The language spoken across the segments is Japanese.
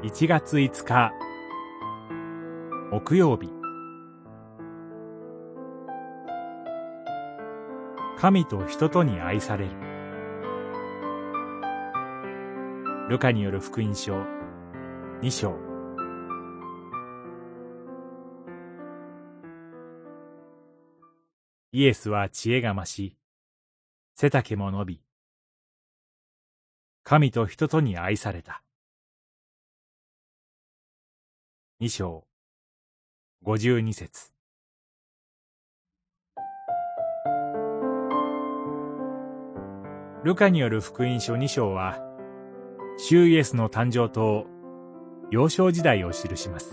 1月5日木曜日。神と人とに愛される。ルカによる福音書2章。イエスは知恵が増し、背丈も伸び、神と人とに愛された。2章52節。ルカによる福音書2章は、主イエスの誕生と幼少時代を記します。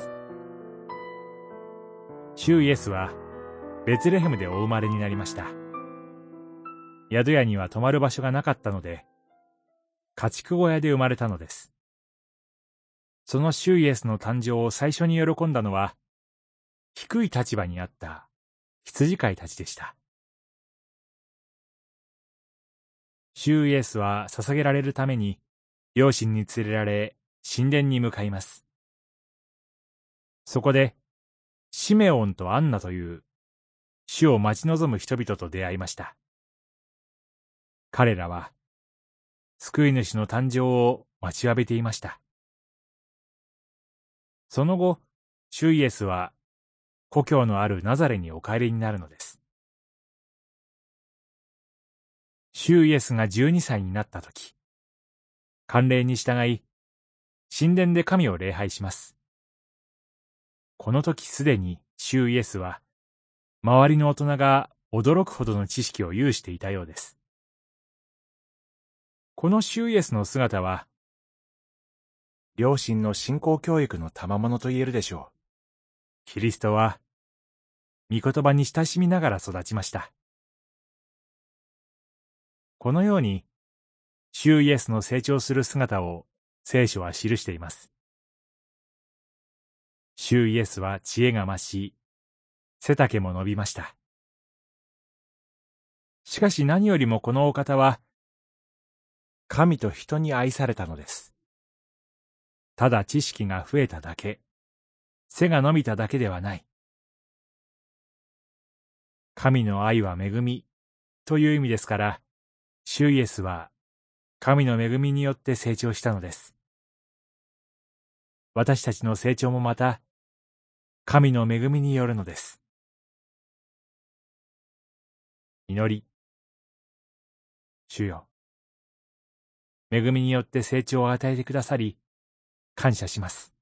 主イエスはベツレヘムでお生まれになりました。宿屋には泊まる場所がなかったので、家畜小屋で生まれたのです。その主イエスの誕生を最初に喜んだのは、低い立場にあった羊飼いたちでした。主イエスは捧げられるために、両親に連れられ、神殿に向かいます。そこで、シメオンとアンナという、主を待ち望む人々と出会いました。彼らは、救い主の誕生を待ちわびていました。その後、主イエスは、故郷のあるナザレにお帰りになるのです。主イエスが12歳になったとき、慣例に従い、神殿で神を礼拝します。この時すでに主イエスは、周りの大人が驚くほどの知識を有していたようです。この主イエスの姿は、両親の信仰教育の賜物と言えるでしょう。キリストは、御言葉に親しみながら育ちました。このように、主イエスの成長する姿を聖書は記しています。主イエスは知恵が増し、背丈も伸びました。しかし何よりもこのお方は、神と人に愛されたのです。ただ知識が増えただけ、背が伸びただけではない。神の愛は恵みという意味ですから、主イエスは神の恵みによって成長したのです。私たちの成長もまた、神の恵みによるのです。祈り。主よ、恵みによって成長を与えてくださり、感謝します。